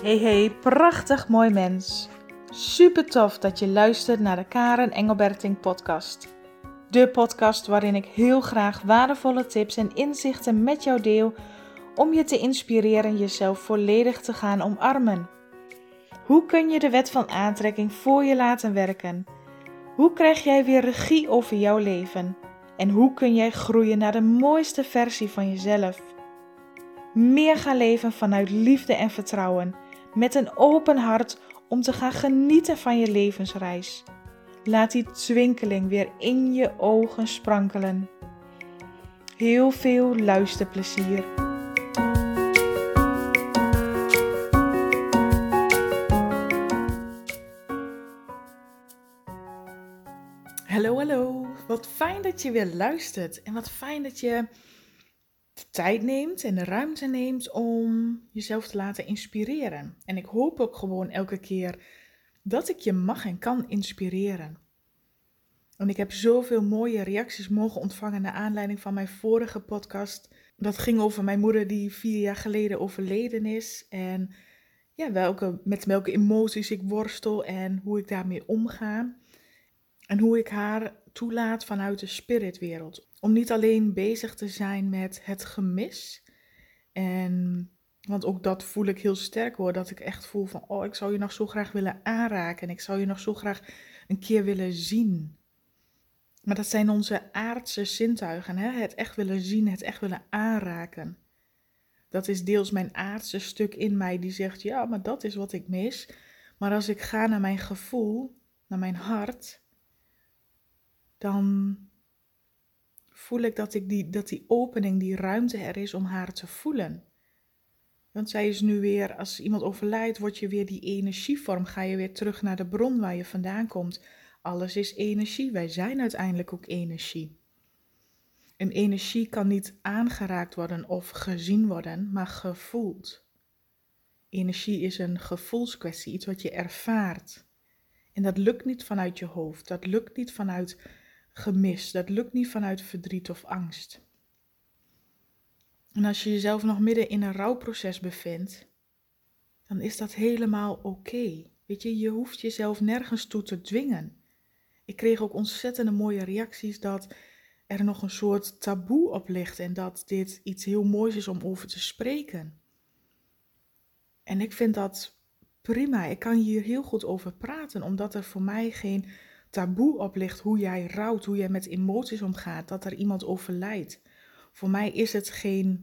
Hey, prachtig mooi mens. Super tof dat je luistert naar de Karen Engelberting podcast. De podcast waarin ik heel graag waardevolle tips en inzichten met jou deel om je te inspireren jezelf volledig te gaan omarmen. Hoe kun je de wet van aantrekking voor je laten werken? Hoe krijg jij weer regie over jouw leven? En hoe kun jij groeien naar de mooiste versie van jezelf? Meer gaan leven vanuit liefde en vertrouwen, met een open hart om te gaan genieten van je levensreis. Laat die twinkeling weer in je ogen sprankelen. Heel veel luisterplezier. Hallo. Wat fijn dat je weer luistert en wat fijn dat je de tijd neemt en de ruimte neemt om jezelf te laten inspireren. En ik hoop ook gewoon elke keer dat ik je mag en kan inspireren. En ik heb zoveel mooie reacties mogen ontvangen naar aanleiding van mijn vorige podcast. Dat ging over mijn moeder die 4 jaar geleden overleden is. En ja, met welke emoties ik worstel en hoe ik daarmee omga. En hoe ik haar toelaat vanuit de spiritwereld. Om niet alleen bezig te zijn met het gemis. Want ook dat voel ik heel sterk hoor. Dat ik echt voel van, ik zou je nog zo graag willen aanraken. En ik zou je nog zo graag een keer willen zien. Maar dat zijn onze aardse zintuigen. Hè? Het echt willen zien, het echt willen aanraken. Dat is deels mijn aardse stuk in mij die zegt, ja, maar dat is wat ik mis. Maar als ik ga naar mijn gevoel, naar mijn hart, dan voel ik dat die opening, die ruimte er is om haar te voelen. Want zij is nu weer, als iemand overlijdt, word je weer die energievorm. Ga je weer terug naar de bron waar je vandaan komt. Alles is energie. Wij zijn uiteindelijk ook energie. En energie kan niet aangeraakt worden of gezien worden, maar gevoeld. Energie is een gevoelskwestie, iets wat je ervaart. En dat lukt niet vanuit je hoofd. Dat lukt niet vanuit gemis. Dat lukt niet vanuit verdriet of angst. En als je jezelf nog midden in een rouwproces bevindt, dan is dat helemaal oké. Weet je hoeft jezelf nergens toe te dwingen. Ik kreeg ook ontzettende mooie reacties dat er nog een soort taboe op ligt en dat dit iets heel moois is om over te spreken. En ik vind dat prima. Ik kan hier heel goed over praten, omdat er voor mij geen taboe op ligt hoe jij rouwt, hoe jij met emoties omgaat, dat er iemand overlijdt. Voor mij is het geen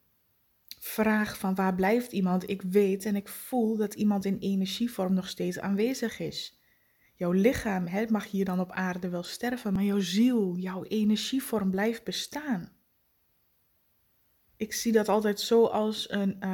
vraag van waar blijft iemand. Ik weet en ik voel dat iemand in energievorm nog steeds aanwezig is. Jouw lichaam mag hier dan op aarde wel sterven, maar jouw ziel, jouw energievorm blijft bestaan. Ik zie dat altijd zo als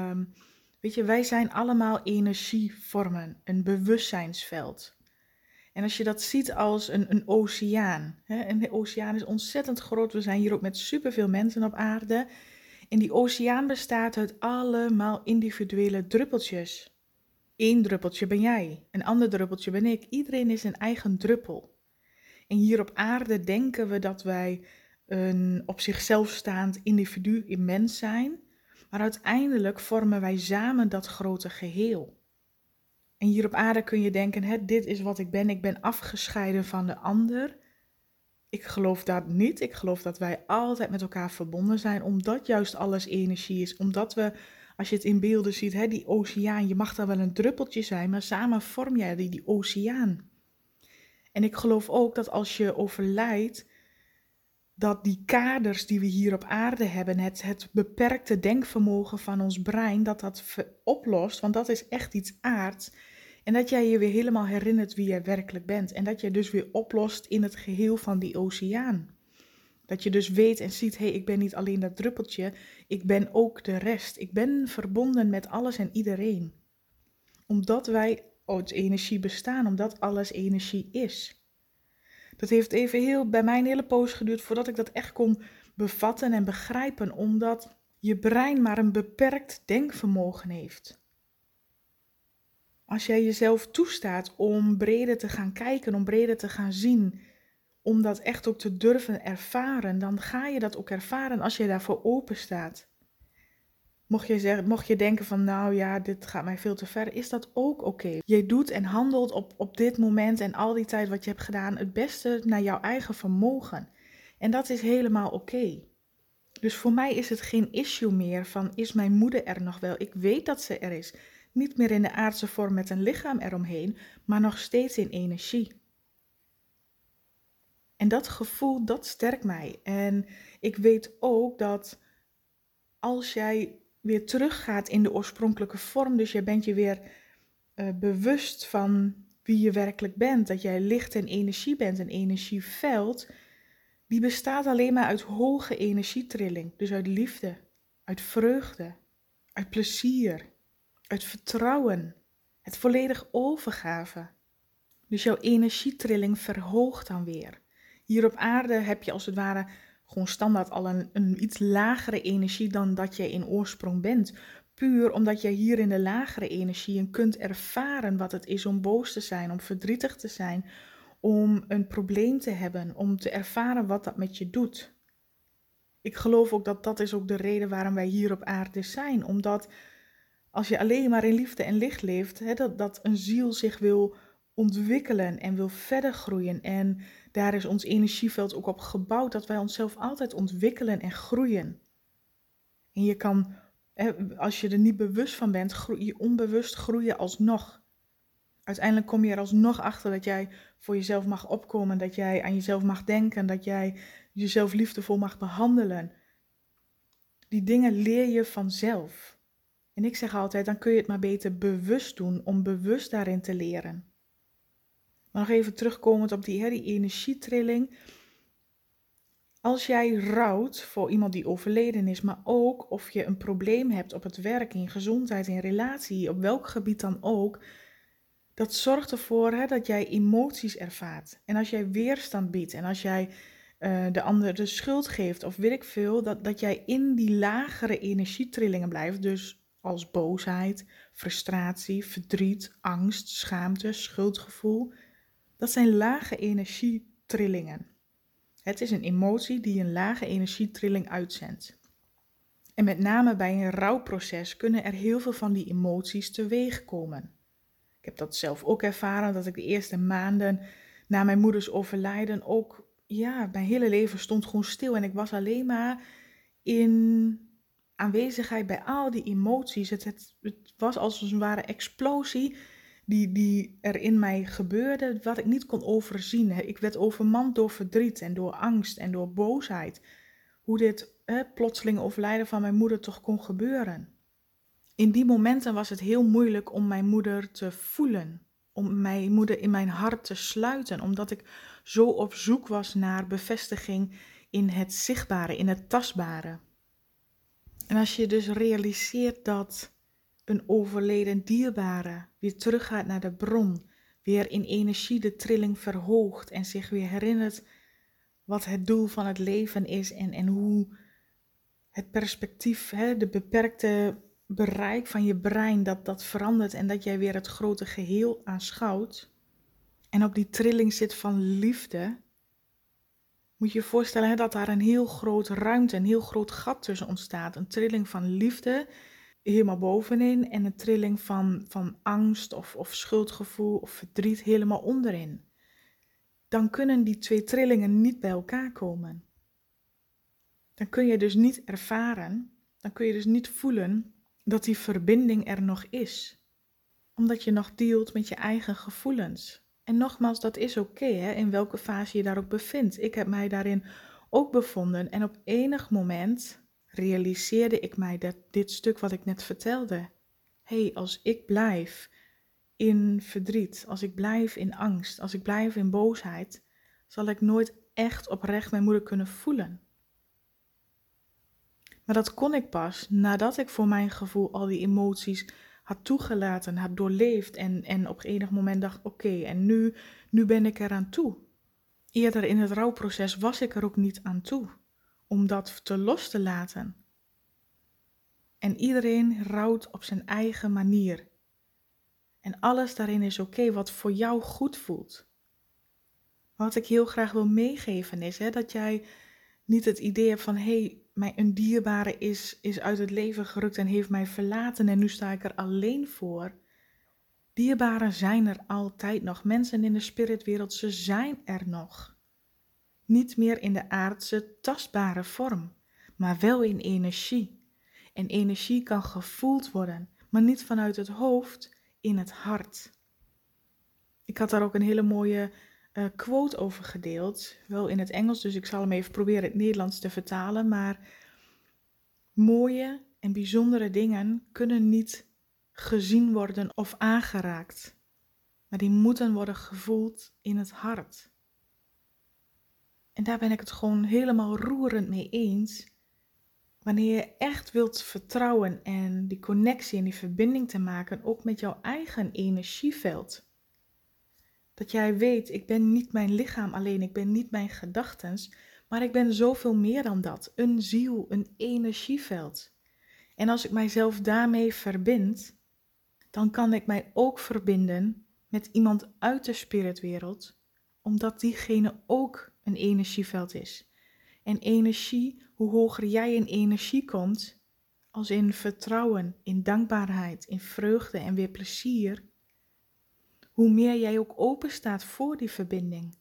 wij zijn allemaal energievormen, een bewustzijnsveld. En als je dat ziet als een oceaan. Een oceaan is ontzettend groot. We zijn hier ook met superveel mensen op aarde. En die oceaan bestaat uit allemaal individuele druppeltjes. 1 druppeltje ben jij, een ander druppeltje ben ik. Iedereen is een eigen druppel. En hier op aarde denken we dat wij een op zichzelf staand individu, een mens zijn. Maar uiteindelijk vormen wij samen dat grote geheel. En hier op aarde kun je denken, dit is wat ik ben afgescheiden van de ander. Ik geloof dat niet. Ik geloof dat wij altijd met elkaar verbonden zijn, omdat juist alles energie is. Omdat we, als je het in beelden ziet, die oceaan, je mag dan wel een druppeltje zijn, maar samen vorm jij die oceaan. En ik geloof ook dat als je overlijdt, dat die kaders die we hier op aarde hebben, het beperkte denkvermogen van ons brein, dat oplost, want dat is echt iets aards. En dat jij je weer helemaal herinnert wie jij werkelijk bent. En dat je dus weer oplost in het geheel van die oceaan. Dat je dus weet en ziet, ik ben niet alleen dat druppeltje, ik ben ook de rest. Ik ben verbonden met alles en iedereen. Omdat wij uit energie bestaan, omdat alles energie is. Dat heeft even bij mij een hele poos geduurd voordat ik dat echt kon bevatten en begrijpen. Omdat je brein maar een beperkt denkvermogen heeft. Als jij jezelf toestaat om breder te gaan kijken, om breder te gaan zien, om dat echt ook te durven ervaren, dan ga je dat ook ervaren als je daarvoor open staat. Mocht je denken van nou ja, dit gaat mij veel te ver, is dat ook oké. Je doet en handelt op dit moment en al die tijd wat je hebt gedaan het beste naar jouw eigen vermogen. En dat is helemaal oké. Dus voor mij is het geen issue meer van is mijn moeder er nog wel? Ik weet dat ze er is. Niet meer in de aardse vorm met een lichaam eromheen, maar nog steeds in energie. En dat gevoel, dat sterkt mij. En ik weet ook dat als jij weer teruggaat in de oorspronkelijke vorm, dus jij bent je weer bewust van wie je werkelijk bent, dat jij licht en energie bent, een energieveld, die bestaat alleen maar uit hoge energietrilling. Dus uit liefde, uit vreugde, uit plezier, uit vertrouwen, het volledig overgave. Dus jouw energietrilling verhoogt dan weer. Hier op aarde heb je als het ware gewoon standaard al een iets lagere energie dan dat je in oorsprong bent. Puur omdat jij hier in de lagere energieën kunt ervaren wat het is om boos te zijn, om verdrietig te zijn, om een probleem te hebben, om te ervaren wat dat met je doet. Ik geloof ook dat dat is ook de reden waarom wij hier op aarde zijn. Omdat als je alleen maar in liefde en licht leeft, dat een ziel zich wil ontwikkelen en wil verder groeien. En daar is ons energieveld ook op gebouwd, dat wij onszelf altijd ontwikkelen en groeien. En je kan, als je er niet bewust van bent, je onbewust groeien alsnog. Uiteindelijk kom je er alsnog achter dat jij voor jezelf mag opkomen, dat jij aan jezelf mag denken, dat jij jezelf liefdevol mag behandelen. Die dingen leer je vanzelf. En ik zeg altijd, dan kun je het maar beter bewust doen om bewust daarin te leren. Maar nog even terugkomend op die energietrilling. Als jij rouwt voor iemand die overleden is, maar ook of je een probleem hebt op het werk, in gezondheid, in relatie, op welk gebied dan ook, dat zorgt ervoor dat jij emoties ervaart. En als jij weerstand biedt en als jij de ander de schuld geeft of weet ik veel, dat jij in die lagere energietrillingen blijft, dus als boosheid, frustratie, verdriet, angst, schaamte, schuldgevoel. Dat zijn lage energietrillingen. Het is een emotie die een lage energietrilling uitzendt. En met name bij een rouwproces kunnen er heel veel van die emoties teweeg komen. Ik heb dat zelf ook ervaren, dat ik de eerste maanden na mijn moeders overlijden ook, mijn hele leven stond gewoon stil. En ik was alleen maar in aanwezigheid bij al die emoties. Het was als een ware explosie die er in mij gebeurde, wat ik niet kon overzien. Ik werd overmand door verdriet en door angst en door boosheid. Hoe dit plotseling overlijden van mijn moeder toch kon gebeuren. In die momenten was het heel moeilijk om mijn moeder te voelen. Om mijn moeder in mijn hart te sluiten. Omdat ik zo op zoek was naar bevestiging in het zichtbare, in het tastbare. En als je dus realiseert dat een overleden dierbare weer teruggaat naar de bron, weer in energie de trilling verhoogt en zich weer herinnert wat het doel van het leven is en hoe het perspectief, de beperkte bereik van je brein, dat verandert en dat jij weer het grote geheel aanschouwt en op die trilling zit van liefde, moet je je voorstellen dat daar een heel groot ruimte, een heel groot gat tussen ontstaat. Een trilling van liefde helemaal bovenin en een trilling van angst of schuldgevoel of verdriet helemaal onderin. Dan kunnen die twee trillingen niet bij elkaar komen. Dan kun je dus niet ervaren, dan kun je dus niet voelen dat die verbinding er nog is. Omdat je nog dealt met je eigen gevoelens. En nogmaals, dat is oké, in welke fase je daar ook bevindt. Ik heb mij daarin ook bevonden en op enig moment realiseerde ik mij dat dit stuk wat ik net vertelde. Als ik blijf in verdriet, als ik blijf in angst, als ik blijf in boosheid, zal ik nooit echt oprecht mijn moeder kunnen voelen. Maar dat kon ik pas nadat ik voor mijn gevoel al die emoties had toegelaten, had doorleefd en op enig moment dacht, oké, en nu ben ik eraan toe. Eerder in het rouwproces was ik er ook niet aan toe, om dat te los te laten. En iedereen rouwt op zijn eigen manier. En alles daarin is oké, wat voor jou goed voelt. Wat ik heel graag wil meegeven is dat jij niet het idee hebt van, een dierbare is uit het leven gerukt en heeft mij verlaten en nu sta ik er alleen voor. Dierbaren zijn er altijd nog. Mensen in de spiritwereld, ze zijn er nog. Niet meer in de aardse, tastbare vorm, maar wel in energie. En energie kan gevoeld worden, maar niet vanuit het hoofd, in het hart. Ik had daar ook een hele mooie quote over gedeeld. Wel in het Engels, dus ik zal hem even proberen in het Nederlands te vertalen. Maar mooie en bijzondere dingen kunnen niet gezien worden of aangeraakt. Maar die moeten worden gevoeld in het hart. En daar ben ik het gewoon helemaal roerend mee eens. Wanneer je echt wilt vertrouwen en die connectie en die verbinding te maken, ook met jouw eigen energieveld. Dat jij weet, ik ben niet mijn lichaam alleen, ik ben niet mijn gedachtens, maar ik ben zoveel meer dan dat. Een ziel, een energieveld. En als ik mijzelf daarmee verbind, dan kan ik mij ook verbinden met iemand uit de spiritwereld, omdat diegene ook een energieveld is. En energie, hoe hoger jij in energie komt, als in vertrouwen, in dankbaarheid, in vreugde en weer plezier, hoe meer jij ook open staat voor die verbinding.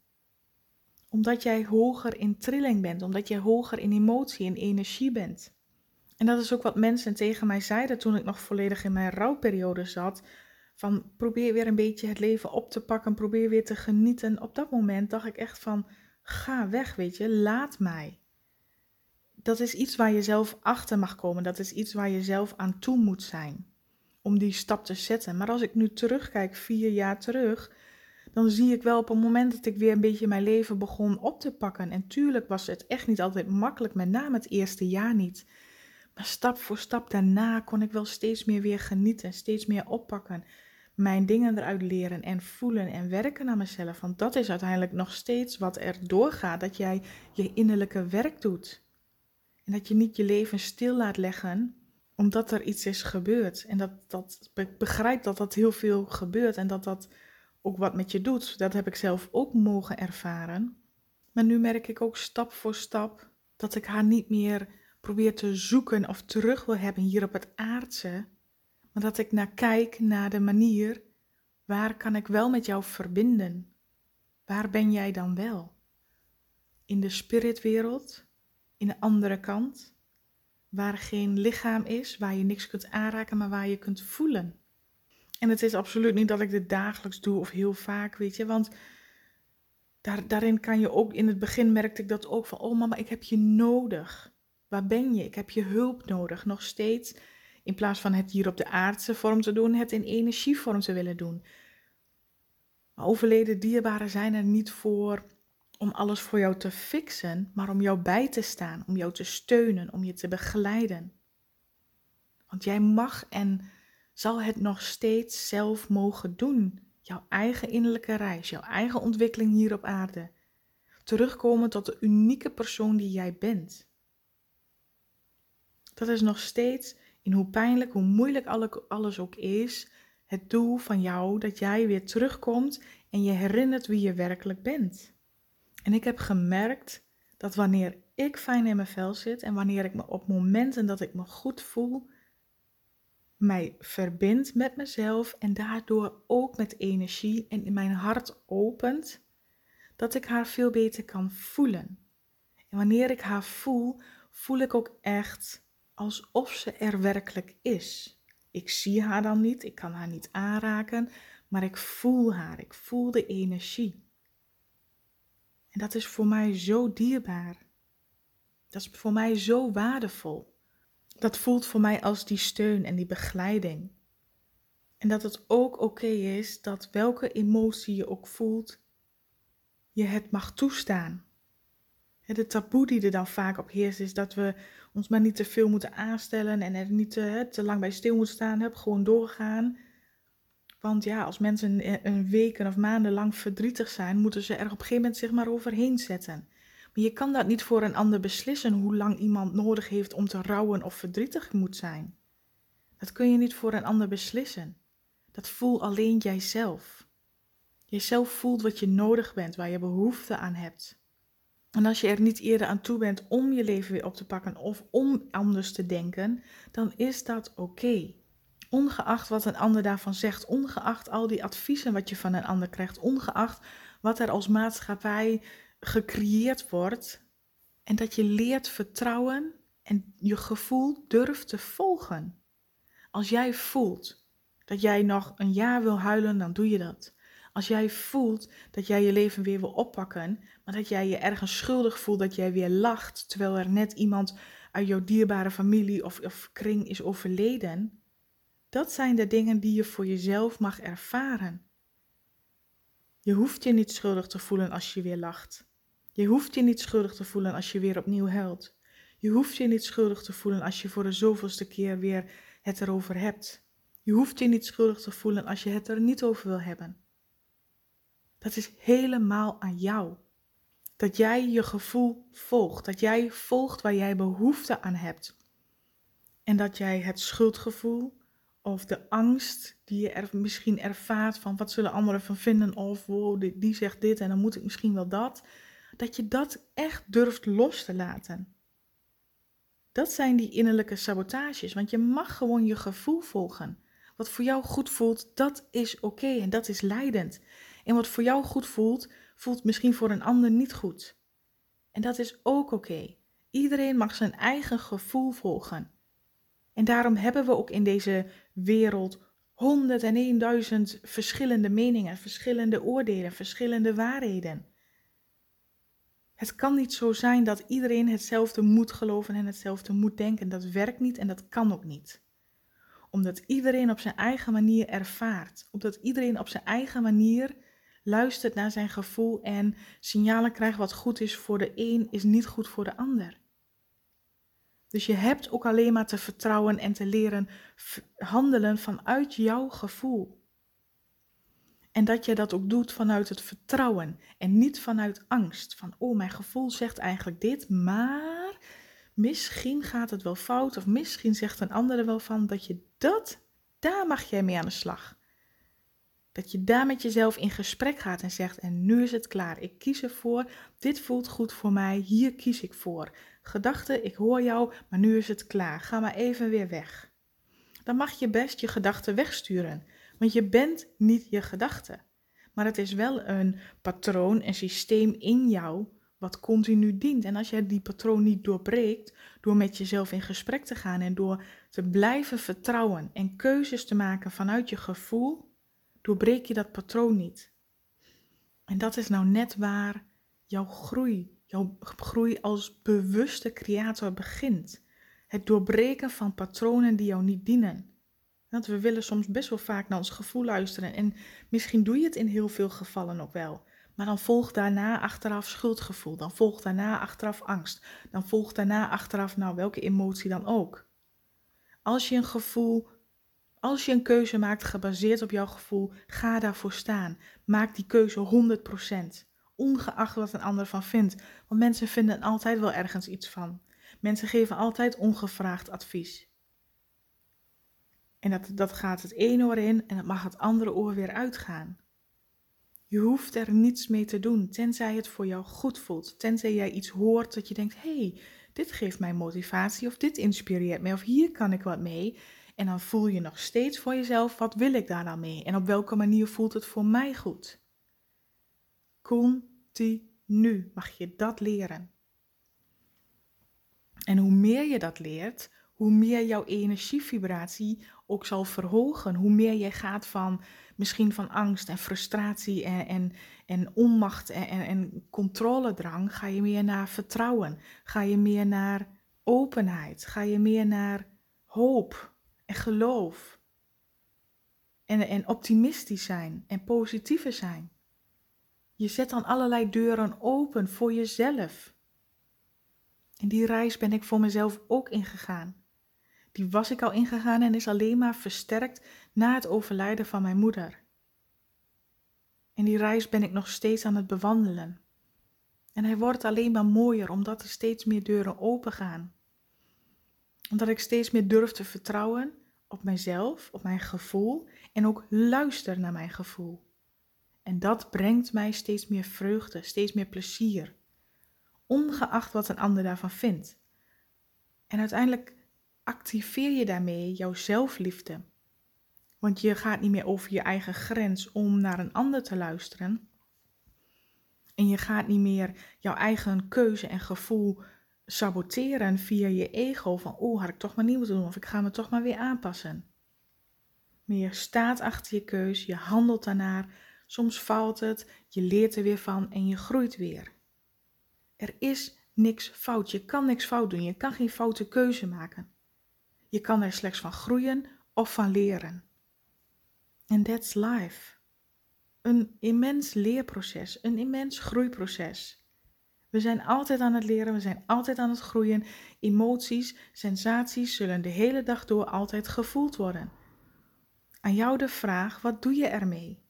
Omdat jij hoger in trilling bent, omdat jij hoger in emotie en energie bent. En dat is ook wat mensen tegen mij zeiden toen ik nog volledig in mijn rouwperiode zat. Van probeer weer een beetje het leven op te pakken, probeer weer te genieten. Op dat moment dacht ik echt van, ga weg, weet je, laat mij. Dat is iets waar je zelf achter mag komen, dat is iets waar je zelf aan toe moet zijn. Om die stap te zetten. Maar als ik nu terugkijk, 4 jaar terug, dan zie ik wel op het moment dat ik weer een beetje mijn leven begon op te pakken. En tuurlijk was het echt niet altijd makkelijk, met name het eerste jaar niet. Maar stap voor stap daarna kon ik wel steeds meer weer genieten, steeds meer oppakken. Mijn dingen eruit leren en voelen en werken aan mezelf. Want dat is uiteindelijk nog steeds wat er doorgaat, dat jij je innerlijke werk doet. En dat je niet je leven stil laat leggen, omdat er iets is gebeurd. En ik begrijp dat dat heel veel gebeurt en dat dat ook wat met je doet. Dat heb ik zelf ook mogen ervaren. Maar nu merk ik ook stap voor stap dat ik haar niet meer probeer te zoeken of terug wil hebben hier op het aardse. Maar dat ik kijk naar de manier, waar kan ik wel met jou verbinden? Waar ben jij dan wel? In de spiritwereld? In de andere kant? Waar geen lichaam is, waar je niks kunt aanraken, maar waar je kunt voelen. En het is absoluut niet dat ik dit dagelijks doe of heel vaak, weet je. Want daarin kan je ook, in het begin merkte ik dat ook van, oh mama, ik heb je nodig. Waar ben je? Ik heb je hulp nodig. Nog steeds, in plaats van het hier op de aardse vorm te doen, het in energievorm te willen doen. Maar overleden dierbaren zijn er niet voor om alles voor jou te fixen, maar om jou bij te staan, om jou te steunen, om je te begeleiden. Want jij mag en zal het nog steeds zelf mogen doen. Jouw eigen innerlijke reis, jouw eigen ontwikkeling hier op aarde. Terugkomen tot de unieke persoon die jij bent. Dat is nog steeds, in hoe pijnlijk, hoe moeilijk alles ook is, het doel van jou dat jij weer terugkomt en je herinnert wie je werkelijk bent. En ik heb gemerkt dat wanneer ik fijn in mijn vel zit en wanneer ik me op momenten dat ik me goed voel, mij verbind met mezelf en daardoor ook met energie en in mijn hart opent, dat ik haar veel beter kan voelen. En wanneer ik haar voel, voel ik ook echt alsof ze er werkelijk is. Ik zie haar dan niet, ik kan haar niet aanraken, maar ik voel haar, ik voel de energie. En dat is voor mij zo dierbaar. Dat is voor mij zo waardevol. Dat voelt voor mij als die steun en die begeleiding. En dat het ook oké is dat welke emotie je ook voelt, je het mag toestaan. De taboe die er dan vaak op heerst is dat we ons maar niet te veel moeten aanstellen en er niet te lang bij stil moeten staan. Gewoon doorgaan. Want ja, als mensen een weken of maanden lang verdrietig zijn, moeten ze er op een gegeven moment zich maar overheen zetten. Maar je kan dat niet voor een ander beslissen hoe lang iemand nodig heeft om te rouwen of verdrietig moet zijn. Dat kun je niet voor een ander beslissen. Dat voel alleen jijzelf. Jijzelf voelt wat je nodig bent, waar je behoefte aan hebt. En als je er niet eerder aan toe bent om je leven weer op te pakken of om anders te denken, dan is dat oké. Ongeacht wat een ander daarvan zegt, ongeacht al die adviezen wat je van een ander krijgt, ongeacht wat er als maatschappij gecreëerd wordt. En dat je leert vertrouwen en je gevoel durft te volgen. Als jij voelt dat jij nog een jaar wil huilen, dan doe je dat. Als jij voelt dat jij je leven weer wil oppakken, maar dat jij je ergens schuldig voelt dat jij weer lacht, terwijl er net iemand uit jouw dierbare familie of kring is overleden, dat zijn de dingen die je voor jezelf mag ervaren. Je hoeft je niet schuldig te voelen als je weer lacht. Je hoeft je niet schuldig te voelen als je weer opnieuw huilt. Je hoeft je niet schuldig te voelen als je voor de zoveelste keer weer het erover hebt. Je hoeft je niet schuldig te voelen als je het er niet over wil hebben. Dat is helemaal aan jou. Dat jij je gevoel volgt. Dat jij volgt waar jij behoefte aan hebt. En dat jij het schuldgevoel of de angst die je misschien ervaart van wat zullen anderen van vinden of wow, die zegt dit en dan moet ik misschien wel dat. Dat je dat echt durft los te laten. Dat zijn die innerlijke sabotages, want je mag gewoon je gevoel volgen. Wat voor jou goed voelt, dat is oké en dat is leidend. En wat voor jou goed voelt, voelt misschien voor een ander niet goed. En dat is ook oké. Iedereen mag zijn eigen gevoel volgen. En daarom hebben we ook in deze wereld 101.000 verschillende meningen, verschillende oordelen, verschillende waarheden. Het kan niet zo zijn dat iedereen hetzelfde moet geloven en hetzelfde moet denken. Dat werkt niet en dat kan ook niet. Omdat iedereen op zijn eigen manier ervaart. Omdat iedereen op zijn eigen manier luistert naar zijn gevoel en signalen krijgt wat goed is voor de een is niet goed voor de ander. Dus je hebt ook alleen maar te vertrouwen en te leren handelen vanuit jouw gevoel. En dat je dat ook doet vanuit het vertrouwen en niet vanuit angst. Van, oh, mijn gevoel zegt eigenlijk dit, maar misschien gaat het wel fout. Of misschien zegt een ander er wel van dat je daar mag jij mee aan de slag. Dat je daar met jezelf in gesprek gaat en zegt, en nu is het klaar. Ik kies ervoor, dit voelt goed voor mij, hier kies ik voor. Gedachte, ik hoor jou, maar nu is het klaar. Ga maar even weer weg. Dan mag je best je gedachten wegsturen. Want je bent niet je gedachte. Maar het is wel een patroon, een systeem in jou wat continu dient. En als jij die patroon niet doorbreekt, door met jezelf in gesprek te gaan en door te blijven vertrouwen en keuzes te maken vanuit je gevoel, doorbreek je dat patroon niet. En dat is nou net waar jouw groei als bewuste creator begint. Het doorbreken van patronen die jou niet dienen. Want we willen soms best wel vaak naar ons gevoel luisteren. En misschien doe je het in heel veel gevallen ook wel. Maar dan volgt daarna achteraf schuldgevoel. Dan volgt daarna achteraf angst. Dan volgt daarna achteraf, nou welke emotie dan ook. Als je een keuze maakt gebaseerd op jouw gevoel, ga daarvoor staan. Maak die keuze 100%. Ongeacht wat een ander van vindt. Want mensen vinden altijd wel ergens iets van. Mensen geven altijd ongevraagd advies. En dat gaat het ene oor in en dat mag het andere oor weer uitgaan. Je hoeft er niets mee te doen, tenzij het voor jou goed voelt. Tenzij jij iets hoort dat je denkt, hé, dit geeft mij motivatie of dit inspireert mij of hier kan ik wat mee. En dan voel je nog steeds voor jezelf, wat wil ik daar nou mee? En op welke manier voelt het voor mij goed? Continu mag je dat leren. En hoe meer je dat leert, hoe meer jouw energievibratie ook zal verhogen. Hoe meer jij gaat van misschien van angst en frustratie en onmacht en controledrang, ga je meer naar vertrouwen. Ga je meer naar openheid. Ga je meer naar hoop en geloof. En optimistisch zijn en positiever zijn. Je zet dan allerlei deuren open voor jezelf. En die reis ben ik voor mezelf ook ingegaan. Die was ik al ingegaan en is alleen maar versterkt na het overlijden van mijn moeder. En die reis ben ik nog steeds aan het bewandelen. En hij wordt alleen maar mooier omdat er steeds meer deuren open gaan. Omdat ik steeds meer durf te vertrouwen op mijzelf, op mijn gevoel en ook luister naar mijn gevoel. En dat brengt mij steeds meer vreugde, steeds meer plezier. ongeacht wat een ander daarvan vindt. En uiteindelijk activeer je daarmee jouw zelfliefde. Want je gaat niet meer over je eigen grens om naar een ander te luisteren. En je gaat niet meer jouw eigen keuze en gevoel saboteren via je ego. Van, had ik toch maar niet moeten doen of ik ga me toch maar weer aanpassen. Maar je staat achter je keus, je handelt daarnaar. Soms faalt het, je leert er weer van en je groeit weer. Er is niks fout, je kan niks fout doen, je kan geen foute keuze maken. Je kan er slechts van groeien of van leren. And that's life. Een immens leerproces, een immens groeiproces. We zijn altijd aan het leren, we zijn altijd aan het groeien. Emoties, sensaties zullen de hele dag door altijd gevoeld worden. Aan jou de vraag, wat doe je ermee?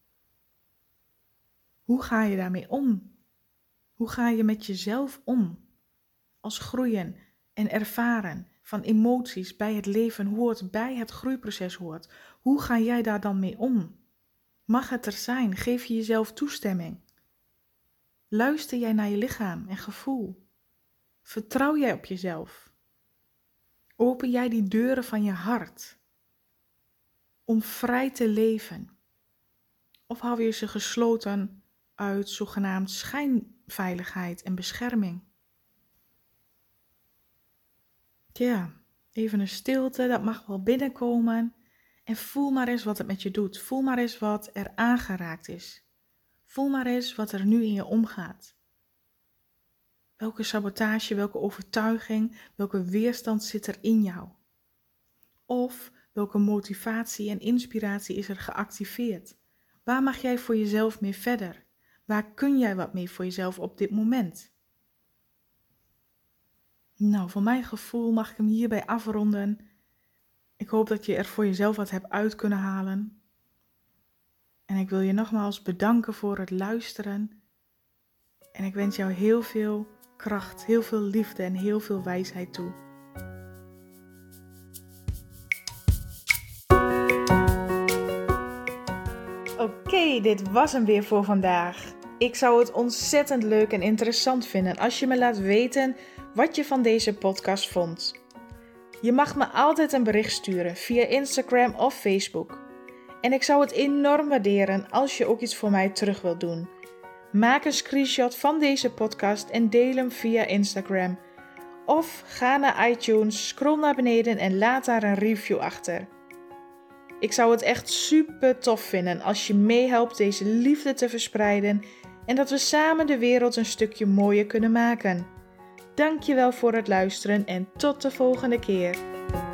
Hoe ga je daarmee om? Hoe ga je met jezelf om? Als groeien en ervaren van emoties bij het leven hoort, bij het groeiproces hoort. Hoe ga jij daar dan mee om? Mag het er zijn? Geef je jezelf toestemming? Luister jij naar je lichaam en gevoel? Vertrouw jij op jezelf? Open jij die deuren van je hart om vrij te leven? Of hou je ze gesloten uit zogenaamd schijnveiligheid en bescherming? Ja, even een stilte, dat mag wel binnenkomen. En voel maar eens wat het met je doet. Voel maar eens wat er aangeraakt is. Voel maar eens wat er nu in je omgaat. Welke sabotage, welke overtuiging, welke weerstand zit er in jou? Of welke motivatie en inspiratie is er geactiveerd? Waar mag jij voor jezelf mee verder? Waar kun jij wat mee voor jezelf op dit moment? Nou, voor mijn gevoel mag ik hem hierbij afronden. Ik hoop dat je er voor jezelf wat hebt uit kunnen halen. En ik wil je nogmaals bedanken voor het luisteren. En ik wens jou heel veel kracht, heel veel liefde en heel veel wijsheid toe. Oké, dit was hem weer voor vandaag. Ik zou het ontzettend leuk en interessant vinden als je me laat weten wat je van deze podcast vond. Je mag me altijd een bericht sturen via Instagram of Facebook. En ik zou het enorm waarderen als je ook iets voor mij terug wilt doen. Maak een screenshot van deze podcast en deel hem via Instagram. Of ga naar iTunes, scroll naar beneden en laat daar een review achter. Ik zou het echt super tof vinden als je meehelpt deze liefde te verspreiden en dat we samen de wereld een stukje mooier kunnen maken. Dankjewel voor het luisteren en tot de volgende keer.